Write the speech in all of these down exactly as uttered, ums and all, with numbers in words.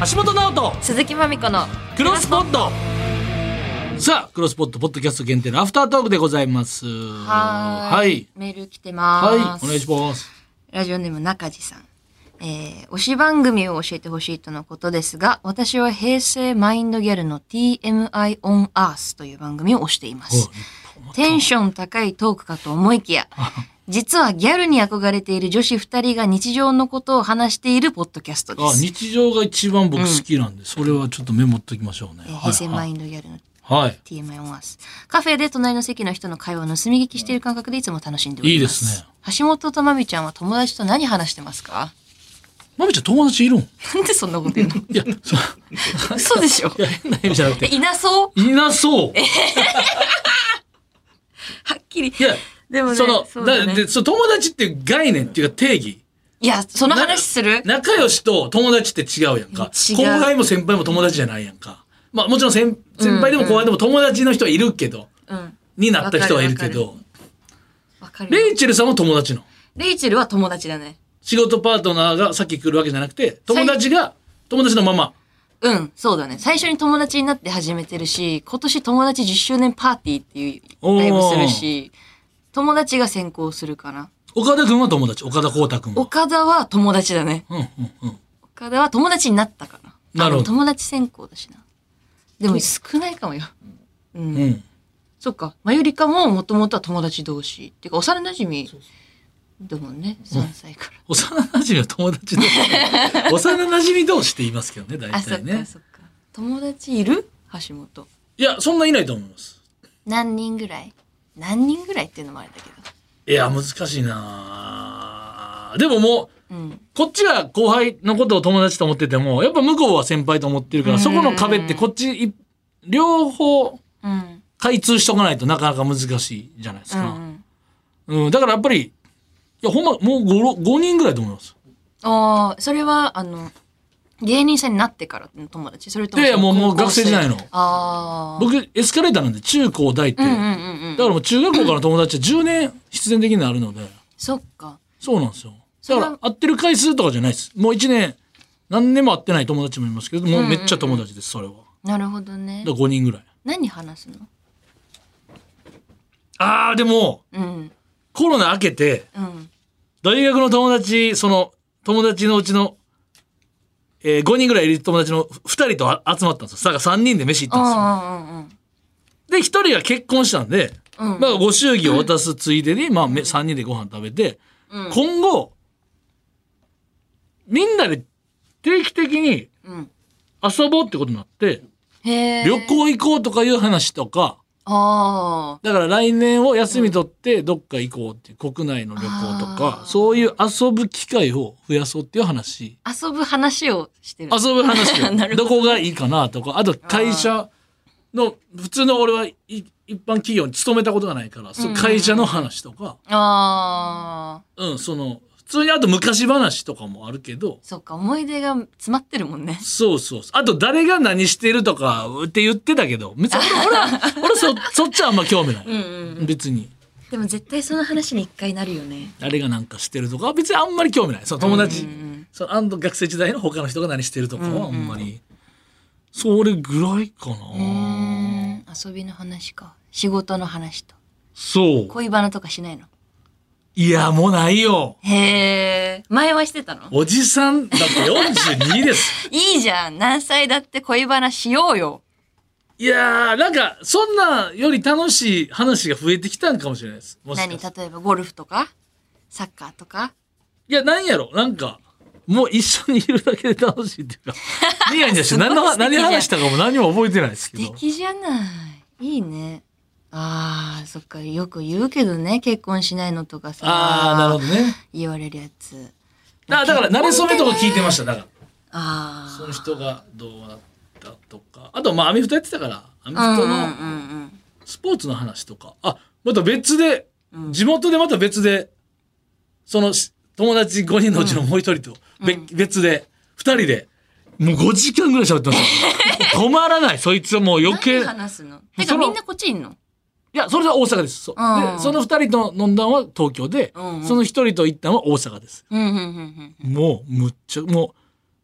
橋本直人鈴木まみこのクロスポット。さあクロスポットポッドキャスト限定のアフタートークでございます。 はーい、 はい、 メール来てます。 はいお願いします。 ラジオネーム中地さん、えー、推し番組を教えてほしいとのことですが、私は平成マインドギャルの ティーエムアイ on Earth という番組を推しています。テンション高いトークかと思いきや実はギャルに憧れている女子ふたりが日常のことを話しているポッドキャストです。 あ、日常が一番僕好きなんで、うん、それはちょっとメモっときましょうね。 えー、平成マインドギャルのはい、 ティーエムアイ on Earth。カフェで隣の席の人の会話を盗み聞きしている感覚でいつも楽しんでおります。 いいですね。 橋本とまみちゃんは友達と何話してますか？ まみちゃん友達いるん？ なんでそんなこと言うの？いや、そう。そうでしょ。いや、変な意味じゃなくて。いなそう？ いなそう。 はっきり。 いや、 でもね、 その、 そうだね、 だでその友達っていう概念っていうか定義。 いや、その話する？ 仲良しと友達って違うやんか。 違う。 後輩も先輩も友達じゃないやんか。まあもちろん 先, 先輩でも後輩でも友達の人はいるけど、うん、になった人はいるけど、 わかる。 レイチェルさんも友達の？ レイチェルは友達だね。 仕事パートナーがさっき来るわけじゃなくて、友達が友達のまま。 うん、そうだね。最初に友達になって始めてるし、今年友達じゅっしゅうねんパーティーっていうライブするし、友達が先行するかな。 岡田くんは友達？岡田光太くんは？ 岡田は友達だね。 うんうんうん。 岡田は友達になったかな。 なるほど。 友達先行だしな。でも少ないかもよ。うん。うん、そっか。まゆりかももともとは友達同士。っていうか、幼馴染だもんね。さんさいから。 幼馴染は友達同士。幼馴染同士って言いますけどね、大体ね。 あ、そっかそっか。友達いる？橋本。 いや、そんないないと思います。 何人ぐらい？何人ぐらいっていうのもあれだけど。 いや、難しいな。でももう、うん、こっちが後輩のことを友達と思ってても、やっぱ向こうは先輩と思ってるから、そこの壁ってこっち、両方、開通しとかないとなかなか難しいじゃないですか。うん、うん、だからやっぱり、いや、ほんま、もう 5, ごにんぐらいと思います。 ああ、それは、あの、芸人さんになってからの友達？それとも、 いやいや、もう、もう学生時代の。 ああ。 僕、エスカレーターなんで、中高大って。だからもう中学校からの友達はじゅうねん必然的になるので。 そっか。 そうなんですよ。だから、会ってる回数とかじゃないです。もういちねん、何年も会ってない友達もいますけど、もうめっちゃ友達です、それは。 なるほどね。 だからごにんぐらい。 何話すの？ あー、でも、うん、コロナ明けて、うん、大学の友達、その、友達のうちの、えー、ごにんぐらいいる友達のふたりと集まったんですよ。だからさんにんで飯行ったんですよ。うんうんうん、で、ひとりが結婚したんで、うん、まあご祝儀を渡すついでに、まあさんにんでご飯食べて、うん、今後、みんなで定期的に遊ぼうってことになって、 うん、 旅行行こうとかいう話とか、 あだから来年を休み取ってどっか行こうっていう国内の旅行とか、そういう遊ぶ機会を増やそうっていう話。 遊ぶ話をしてる。 遊ぶ話を。ど, どこがいいかなとか、あと会社の、普通の俺は一般企業に勤めたことがないから、そ会社の話とか、 あうん、その、普通にあと昔話とかもあるけど。 そっか、思い出が詰まってるもんね。 そうそうそう。あと誰が何してるとかって言ってたけど、別に俺は、俺そ、そっちはあんま興味ない。うんうんうん、別に。 でも絶対その話に一回なるよね。 誰が何かしてるとか別にあんまり興味ない。そう友達、うんうんうん、そのあの学生時代の他の人が何してるとかはあんまり。うんうん、それぐらいかな。 うん、遊びの話か。仕事の話と。 そう。 恋バナとかしないの？ いや、もうないよ。 へえ。前はしてたの？ おじさんだってよんじゅうにです。 いいじゃん。何歳だって恋バナしようよ。 いやー、なんか、そんなより楽しい話が増えてきたんかもしれないです。もしか何例えばゴルフとかサッカーとか？ いや、なんやろなんか、もう一緒にいるだけで楽しいっていうか、ニヤニヤして何の、何話したかも何も覚えてないですけど。 素敵じゃない。いいね。ああ、そっか、よく言うけどね、結婚しないのとかさ。 ああ、なるほどね。 言われるやつ。 だから、慣れ初めとか聞いてました、だから。 ああ。 その人がどうなったとか。あと、まあ、アメフトやってたから、アメフトのスポーツの話とか。あ、また別で、うん、地元でまた別で、その、友達ごにんのうちのもう一人と、うん、別で、ふたりで、もうごじかんぐらい喋ってました。止まらない、そいつはもう余計。 何話すの？てかみんなこっちいんの？ いや、それは大阪です。そ, でその二人と飲んだのは東京で、うんうん、その一人と行ったのは大阪です。 うんうんうんうん、 もう、むっちゃ、も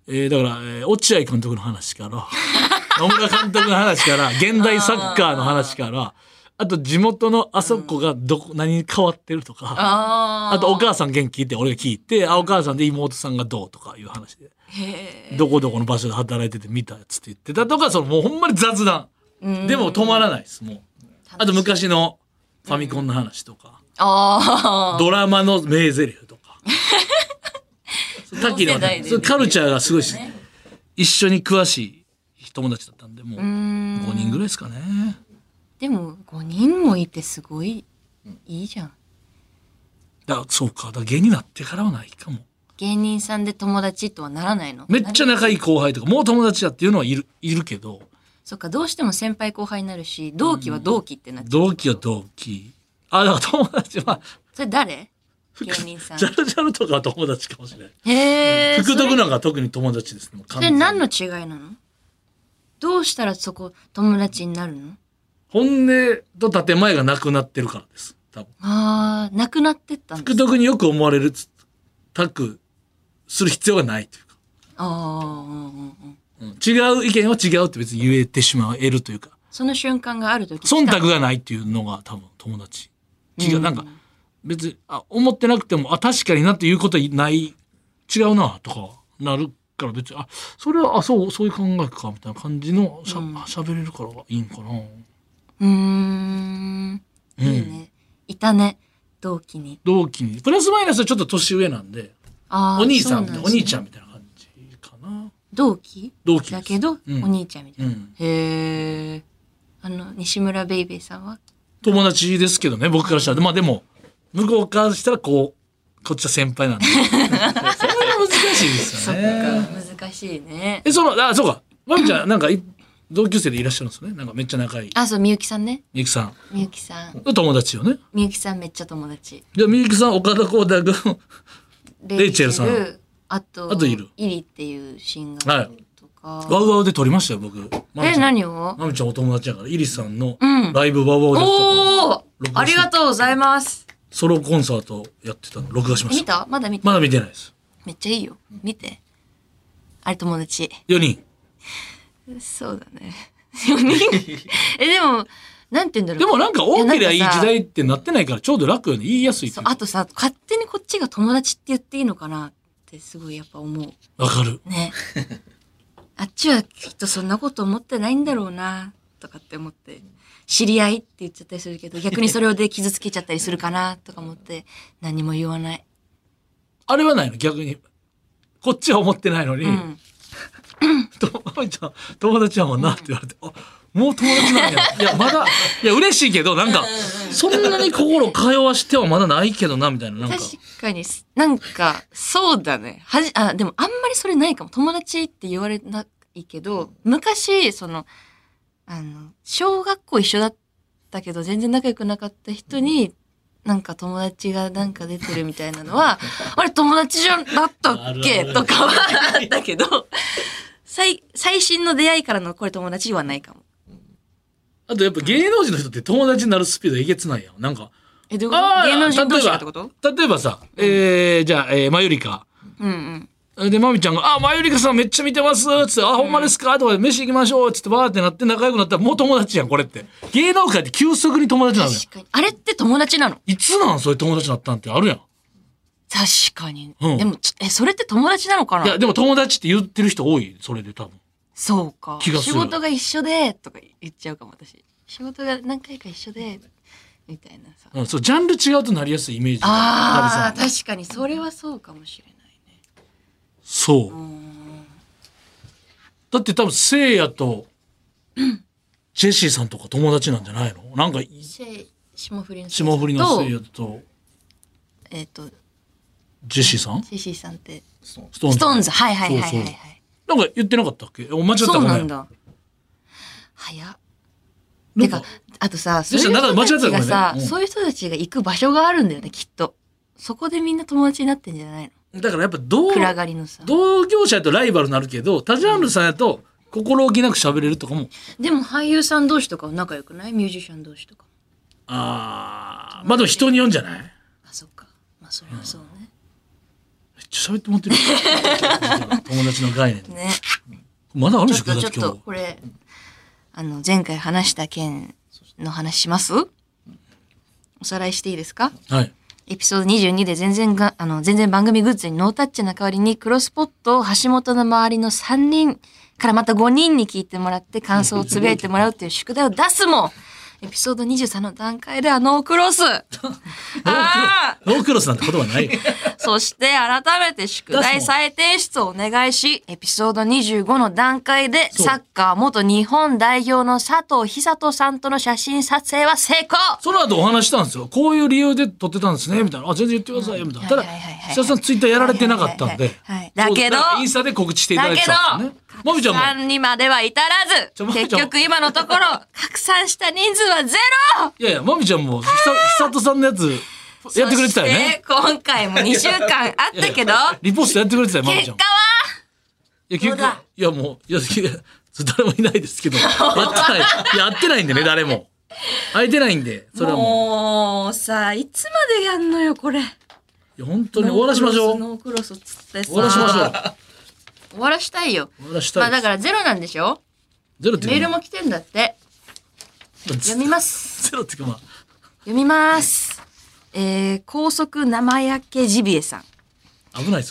えー、だから、えー、落合監督の話から野村監督の話から現代サッカーの話からあと地元のあそこがどこ、うん、何に変わってるとか あ, あとお母さん元気って俺が聞いてあお母さんで妹さんがどうとかいう話でどこどこの場所で働いてて見たやつって言ってたとかそのもうほんまに雑談でも止まらないですもうあと昔のファミコンの話とか、うん、ドラマの名台詞とか滝の、ね、カルチャーがすごいし、ね、一緒に詳しい友達だったんでもうごにんぐらいですかね。 でもごにんもいてすごいいいじゃん。 だそうかだから芸人になってからはないかも。 芸人さんで友達とはならないの？ めっちゃ仲いい後輩とかもう友達だっていうのはいるいるけどそっかどうしても先輩後輩になるし同期は同期ってなっちゃう、 うん、同期は同期あだから友達はそれ誰？芸人さんジャルジャルとかは友達かもしれない。 へー福徳なんか特に友達ですね。 それ何の違いなの？どうしたらそこ友達になるの？ 本音と建前がなくなってるからです。多分。 ああ、なくなってったんですか。 福徳によく思われるたくする必要がないというか。 ああ、うんうん、 違う意見は違うって別に言えてしまえるというか。 その瞬間があるとき。 忖度がないっていうのが多分友達。違う、うん、なんか別にあ思ってなくてもあ確かになっていうことない違うなとかなるから別にあそれはあそうそういう考えかみたいな感じのしゃ、うん、喋れるからいいんかな。 うーんいいね、うん、いたね同期に同期にプラスマイナスはちょっと年上なんであお兄さんみたいな、ね、お兄ちゃんみたいな感じかな。 同期同期だけど、 うん、 お兄ちゃんみたいな、うん、へえあの西村ベイベーさんは友達ですけどね僕からしたらまあでも向こうからしたらこうこっちは先輩なんでそれは難しいですよね。 そっか難しいね。 えそのあそうかまみちゃんなんか同級生でいらっしゃるんですよね。なんかめっちゃ仲いい。 あそうみゆきさんね。 みゆきさんみゆきさん友達よね。 みゆきさんめっちゃ友達。 じゃあみゆきさん岡田浩太君レイチェルさんあとあといるイリっていうシンガーとか、 はい、ワウワウで撮りましたよ僕。 え何を？ まみちゃんお友達やからイリさんのライブワウワウでおおありがとうございます。 ソロコンサートやってたの録画しました。 見た？まだ見てまだ見てないです。 めっちゃいいよ見て。あれ友達よにんそうだねよにんえでもなんて言うんだろう。 でもなんか多ければいい時代ってなってないからちょうど楽よね。言いやすい。 そうあとさ勝手にこっちが友達って言っていいのかなってすごいやっぱ思う。 わかるねあっちはきっとそんなこと思ってないんだろうなとかって思って知り合いって言っちゃったりするけど逆にそれをで傷つけちゃったりするかなとか思って何も言わない。 あれはないの逆にこっちは思ってないのに、 うんまみちゃん友達やもんなって言われて、うん、あもう友達なんやいやまだいや嬉しいけどなんかそんなに心通わしてはまだないけどなみたいななんか確かになんかそうだねはじあでもあんまりそれないかも。友達って言われないけど昔そのあの小学校一緒だったけど全然仲良くなかった人になんか友達がなんか出てるみたいなのはあれ友達じゃだったっけとかはあったけど最最新の出会いからのこれ友達はないかも。 あとやっぱ芸能人の人って友達になるスピードえげつないやん。なんかえどういうこと芸能人同士がってこと？ 例えばさ、うん、えー、じゃあ、えー、マユリカうんうんでまみちゃんが「あマユリカさんめっちゃ見てます」っつって「あほんまですか?」とかで「飯行きましょう」っつってバーってなって仲良くなったらもう友達やんこれって。芸能界って急速に友達なのよ。 確かにあれって友達なの？ いつなんそれ友達になったんってあるやん。 確かに、 うん、 でもえそれって友達なのかな。 いやでも友達って言ってる人多いそれで多分。 そうか気がする。 仕事が一緒でとか言っちゃうかも私。仕事が何回か一緒でみたいなさ、 うん、そうジャンル違うとなりやすいイメージ。 ああ確かにそれはそうかもしれないね。 そうだって多分せいやとジェシーさんとか友達なんじゃないの？なんか霜降りの霜降りのせいやとえっ、ー、とジェシーさんジェシーさんってストーンズストーンズはいはいはいはい、はい、 なんか言ってなかったっけ？お間違ったかね。 そうなんだ早っ。てかあとさそういう人たちがさ、ねうん、そういう人たちが行く場所があるんだよねきっと。そこでみんな友達になってんじゃないの？ だからやっぱ同暗がりのさ同業者やとライバルになるけど他ジャンルさんやと心置きなく喋れるとかも、うん、 でも俳優さん同士とかは仲良くない？ミュージシャン同士とか。 あーまあでも人によるんじゃない？ あそっかまあそれはそうね、 人ちゃ喋ってもってる友達の概念ね。 まだあるでしょちょっとちょっとこれあの前回話した件の話します？おさらいしていいですか？ はい。 エピソードにじゅうにで全然が、あの、全然番組グッズにノータッチな代わりにクロスポットを橋本の周りのさんにんからまたごにんに聞いてもらって感想をつぶやいてもらうっていう宿題を出すも、エピソードにじゅうさんの段階ではノークロスあノークロスなんて言葉ない。 そして改めて宿題再提出をお願いし、エピソードにじゅうごの段階でサッカー元日本代表の佐藤久人さんとの写真撮影は成功。 その後お話したんですよ。こういう理由で撮ってたんですねみたいな。あ、全然言ってくださいよみたいな。ただ久田さんツイッターやられてなかったんで、 だけどインスタで告知していただいてたんですね。 もみちゃんも。拡散にまでは至らず、結局今のところ、拡散した人数はゼロ。 いやいや、もみちゃんも、久里さんのやつ、やってくれてたよね。 今回もにしゅうかんあったけど、 リポストやってくれてたよ、もみちゃん。 結果はいや、結果、いやもう、いや、誰もいないですけど、やってない、やってないんでね、誰も。空いてないんで、それはもう。 もうさ、いつまでやんのよ、これ。いや、本当に終わらしましょう。 ノークロスっつってさ。 終わらしましょう。 終わらしたいよ。 終わらしたい。 まあだからゼロなんでしょ？ ゼロってメールも来てんだって。読みます。 ゼロっていうかまあ。 読みます。えー、高速生焼けジビエさん。 危ないぞ。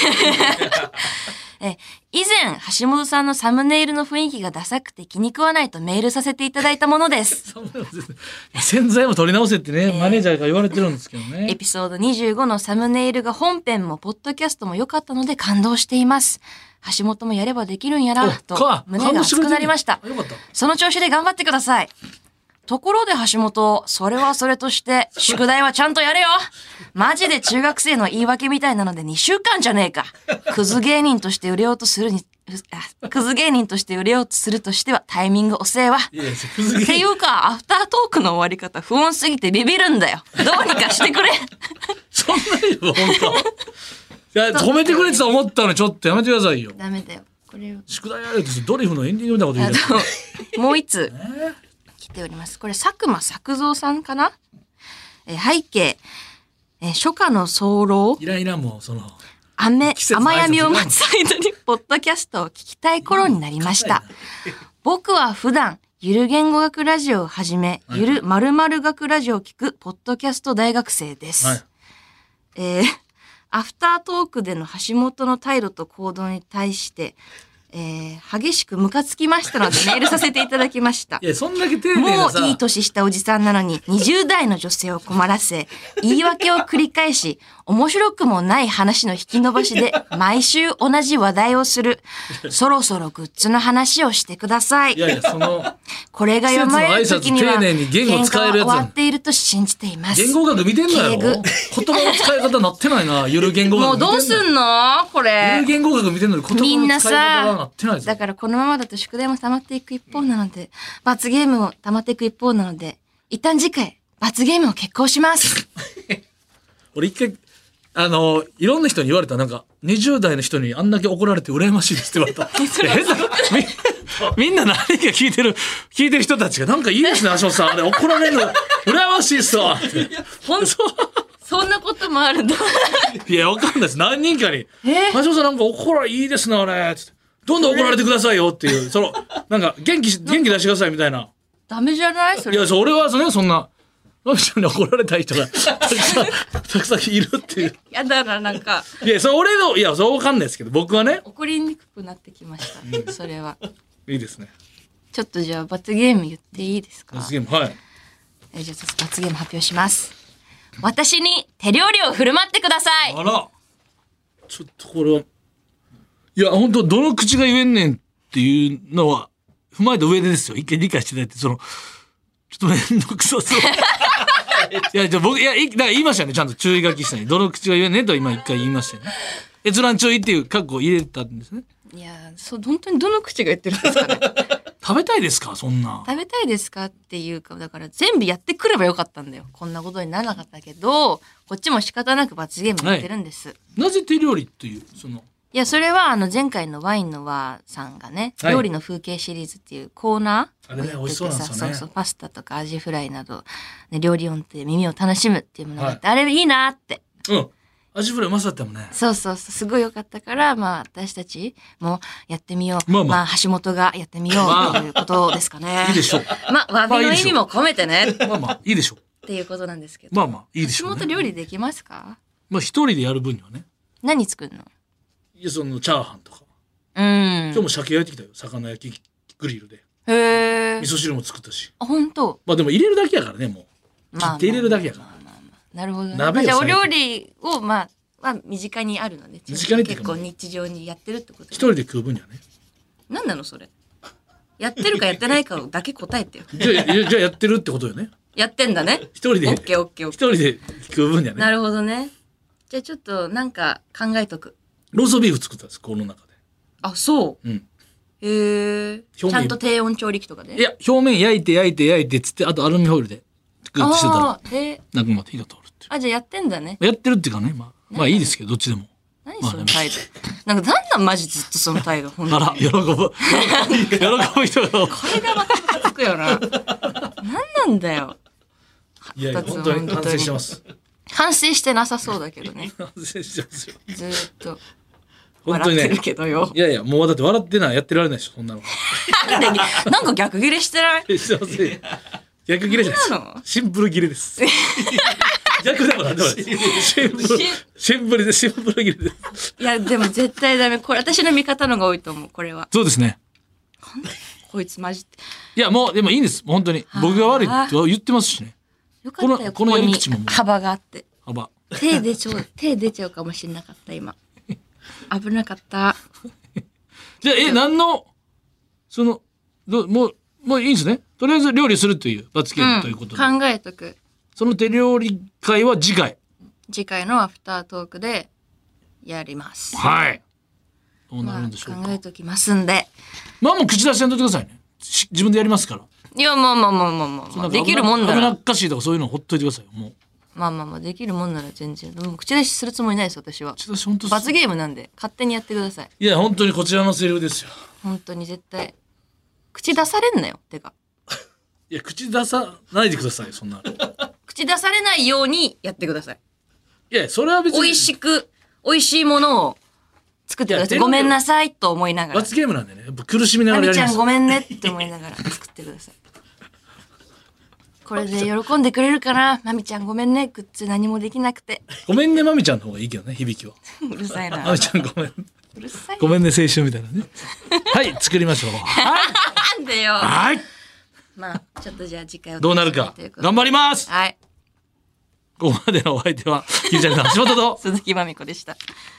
え以前、橋本さんのサムネイルの雰囲気がダサくて気に食わないとメールさせていただいたものです。 洗剤も取り直せってね、えー、マネージャーが言われてるんですけどね。 エピソードにじゅうごのサムネイルが本編もポッドキャストも良かったので感動しています。橋本もやればできるんやな、と胸が熱くなりました。その調子で頑張ってください。ところで橋本、それはそれとして、宿題はちゃんとやれよ。マジで中学生の言い訳みたいなのでにしゅうかんじゃねえか。クズ芸人として売れようとするに、クズ芸人として売れようとするとしてはタイミング遅えわ。っていうか、アフタートークの終わり方不穏すぎてビビるんだよ。どうにかしてくれ。 そんなに本当。いや、止めてくれって思ったのにちょっとやめてくださいよ。 ダメだよ。これを。 宿題やれってドリフのエンディングみたいなこと言うてもう一つ。えー来ております。これ、佐久間作造さんかな、えー、背景、えー、初夏の早漏。 いらんいらんもう、その。 雨、雨闇を待つ間に、ポッドキャストを聞きたい頃になりました。僕は普段、ゆる言語学ラジオをはじめ、はい、ゆる〇〇学ラジオを聞く、ポッドキャスト大学生です。はい、えー、アフタートークでの橋本の態度と行動に対して、えー、激しくムカつきましたのでメールさせていただきました。 いや、そんだけ丁寧なさ。 もういい年したおじさんなのににじゅう代の女性を困らせ、言い訳を繰り返し、面白くもない話の引き伸ばしで毎週同じ話題をする。そろそろグッズの話をしてください。 いやいや、その、 これが読まれる時には、 丁寧に言語使えるやつ。 終わっていると信じています。 言語学見てんのよ。言葉の使い方なってないな、ゆる言語学。 もうどうすんのこれ。 ゆる言語学見てんのに言葉の使い方がなってないぞ。 だからこのままだと宿題も溜まっていく一方なので、罰ゲームも溜まっていく一方なので、一旦次回、罰ゲームを決行します。 俺一回、あの、いろんな人に言われた、なんか、にじゅう代の人にあんだけ怒られて羨ましいですって言われた。み, みんな何か聞いてる、聞いてる人たちが、なんかいいですね、橋本さん。あれ怒られるの、羨ましいっすわ。 本当そんなこともあるんだ。 いや、わかんないです。何人かに。橋本さんなんか怒られいいですね、あれ。つってどんどん怒られてくださいよっていう、その、なんか、元気、元気出してくださいみたいな。 ダメじゃないそれ。 いや、そ俺はそね、そんな、マミちゃんに怒られたい人が、たくさん、たくさんいるっていう。 やだな、なんか。 いや、それ俺の、いや、そうわかんないですけど、僕はね。 怒りにくくなってきました。うん、それは。 いいですね。 ちょっとじゃあ、罰ゲーム言っていいですか？ 罰ゲーム、はい。 えじゃあ、罰ゲーム発表します。私に手料理を振る舞ってください。 あら。ちょっとこれは、いや、本当どの口が言えんねんっていうのは、踏まえた上でですよ。一回理解していただいて、その、ちょっとめんどくさそう。いや、じゃ僕、いや、だから言いましたよね。ちゃんと注意書きしたに。どの口が言えんねんと今一回言いましたよね。閲覧注意っていう括弧を入れたんですね。 いや、そう、本当にどの口が言ってるんですかね。 食べたいですかそんな。 食べたいですかっていうか、だから全部やってくればよかったんだよ。こんなことにならなかったけど、こっちも仕方なく罰ゲームやってるんです。はい、 なぜ手料理っていう、その。 いや、それはあの前回のワインの輪さんがね、はい、料理の風景シリーズっていうコーナーをやっててさ、 あれね、美味しそうなんですよね。 そうそう、パスタとかアジフライなど、ね、料理音って耳を楽しむっていうものがあって、はい、あれいいなって。 うん。 アジフライうまそうだったもんね。 そうそうそう、すごい良かったから、まあ私たちもやってみよう。 まあまあまあ橋本がやってみようということですかね。 いいでしょう。 まあ詫びの意味も込めてね。っまあまあいいでしょう。 ていうことなんですけど。 まあまあいいでしょう、ね。 橋本料理できますか？ まあ一人でやる分にはね。 何作るの？ いやそのチャーハンとか。 うん。 今日も鮭焼いてきたよ。魚焼きグリルで。 へえ。 味噌汁も作ったし。 あ、本当。 まあでも入れるだけやからね、もう。切って入れるだけやから。 まあまあまあまあ、なるほどね。 鍋よじゃあお料理をまあは身近にあるので、 身近にっていうか結構日常にやってるってこと。 一人で食う分にはね。 何なのそれ。やってるかやってないかだけ答えてよ。 じゃあ、じゃあやってるってことよね。 やってんだね。 一人で。 オッケーオッケーオッ一ケー。 人で食う分にはね。 なるほどね。じゃあちょっとなんか考えとく。 ローストビーフ作ったんです、この中で。 あ、そう。 うん。 へえ。ち表面ゃんと低温調理器とかで。 いや、表面焼いて焼いて焼いてつって、あとアルミホイルでグッとしてたらあ、ーへえ。 中まで火が通るっていう。 あ、じゃあやってんだね。 やってるっていうかね、まあ、まあいいですけど、どっちでも。 何その態度。なんかなんなんマジずっとその態度。ほんとにあら、喜ぶ。喜ぶ人が。 これがまたムカつくよな。なんなんだよ。 いやいや、 二つ本当に本当に反省してます。 反省してなさそうだけどね。 反省してますよ。 ずーっと本当にね笑ってる。けどよ。 いやいや、もうだって笑ってないやってられないでしょ、そんなの。 なんで、なんか逆ギレしてないしてませんよ。逆切れじゃないです何なの。 シンプル切れです。逆でもなんでもないです。シンプル、シンプルでシンプル切れです。 いや、でも絶対ダメ。これ私の味方のが多いと思う、これは。 そうですね。 こいつマジで。 いや、もう、でもいいんです。本当に。僕が悪いって言ってますしね。 よかったよ、 このここにこのやり口ももう幅があって。 幅。 手出ちゃう、手出ちゃうかもしれなかった、今。危なかった。 じゃあ、え、何の、その、どもう、もういいんですね。とりあえず料理するという罰ゲームということで。 うん、考えとく。 その手料理会は次回。 次回のアフタートークでやります。 はい。どうなまあ、 るんでしょうか。 考えときますんで。 まあもう口出しせんといてくださいね。し自分でやりますから。 いや、まあまあまあまあまあ、まあ、できるもんなら。 危なっかしいとかそういうのほっといてくださいよ。もう。 まあまあまあ、できるもんなら全然。でも口出しするつもりないです、私は。 口出し本当罰ゲームなんで、勝手にやってください。 いや、本当にこちらのセリフですよ。 本当に絶対。口出されんなよ、てか。 いや、口出さないでください、そんなの。 口出されないようにやってください。 いや、それは別に。 美味しく、美味しいものを作ってください。 いやごめんなさいと思いながら。 罰ゲームなんでね。やっぱ苦しみながまみちゃんらやります。 ごめんねって思いながら作ってください。これで喜んでくれるかな。まみちゃんごめんね。グッズ何もできなくて。 ごめんね、まみちゃんの方がいいけどね、響きは。 うるさいな。 まみちゃんごめん。 うるさい。 ごめんね、青春みたいなね。はい、作りましょう。 なんでよ。 はい。 まあ、ちょっとじゃあ次回おどうなるかということで頑張ります。 はい。 ここまでのお相手は、キリちゃんの橋本と。 鈴木まみこでした。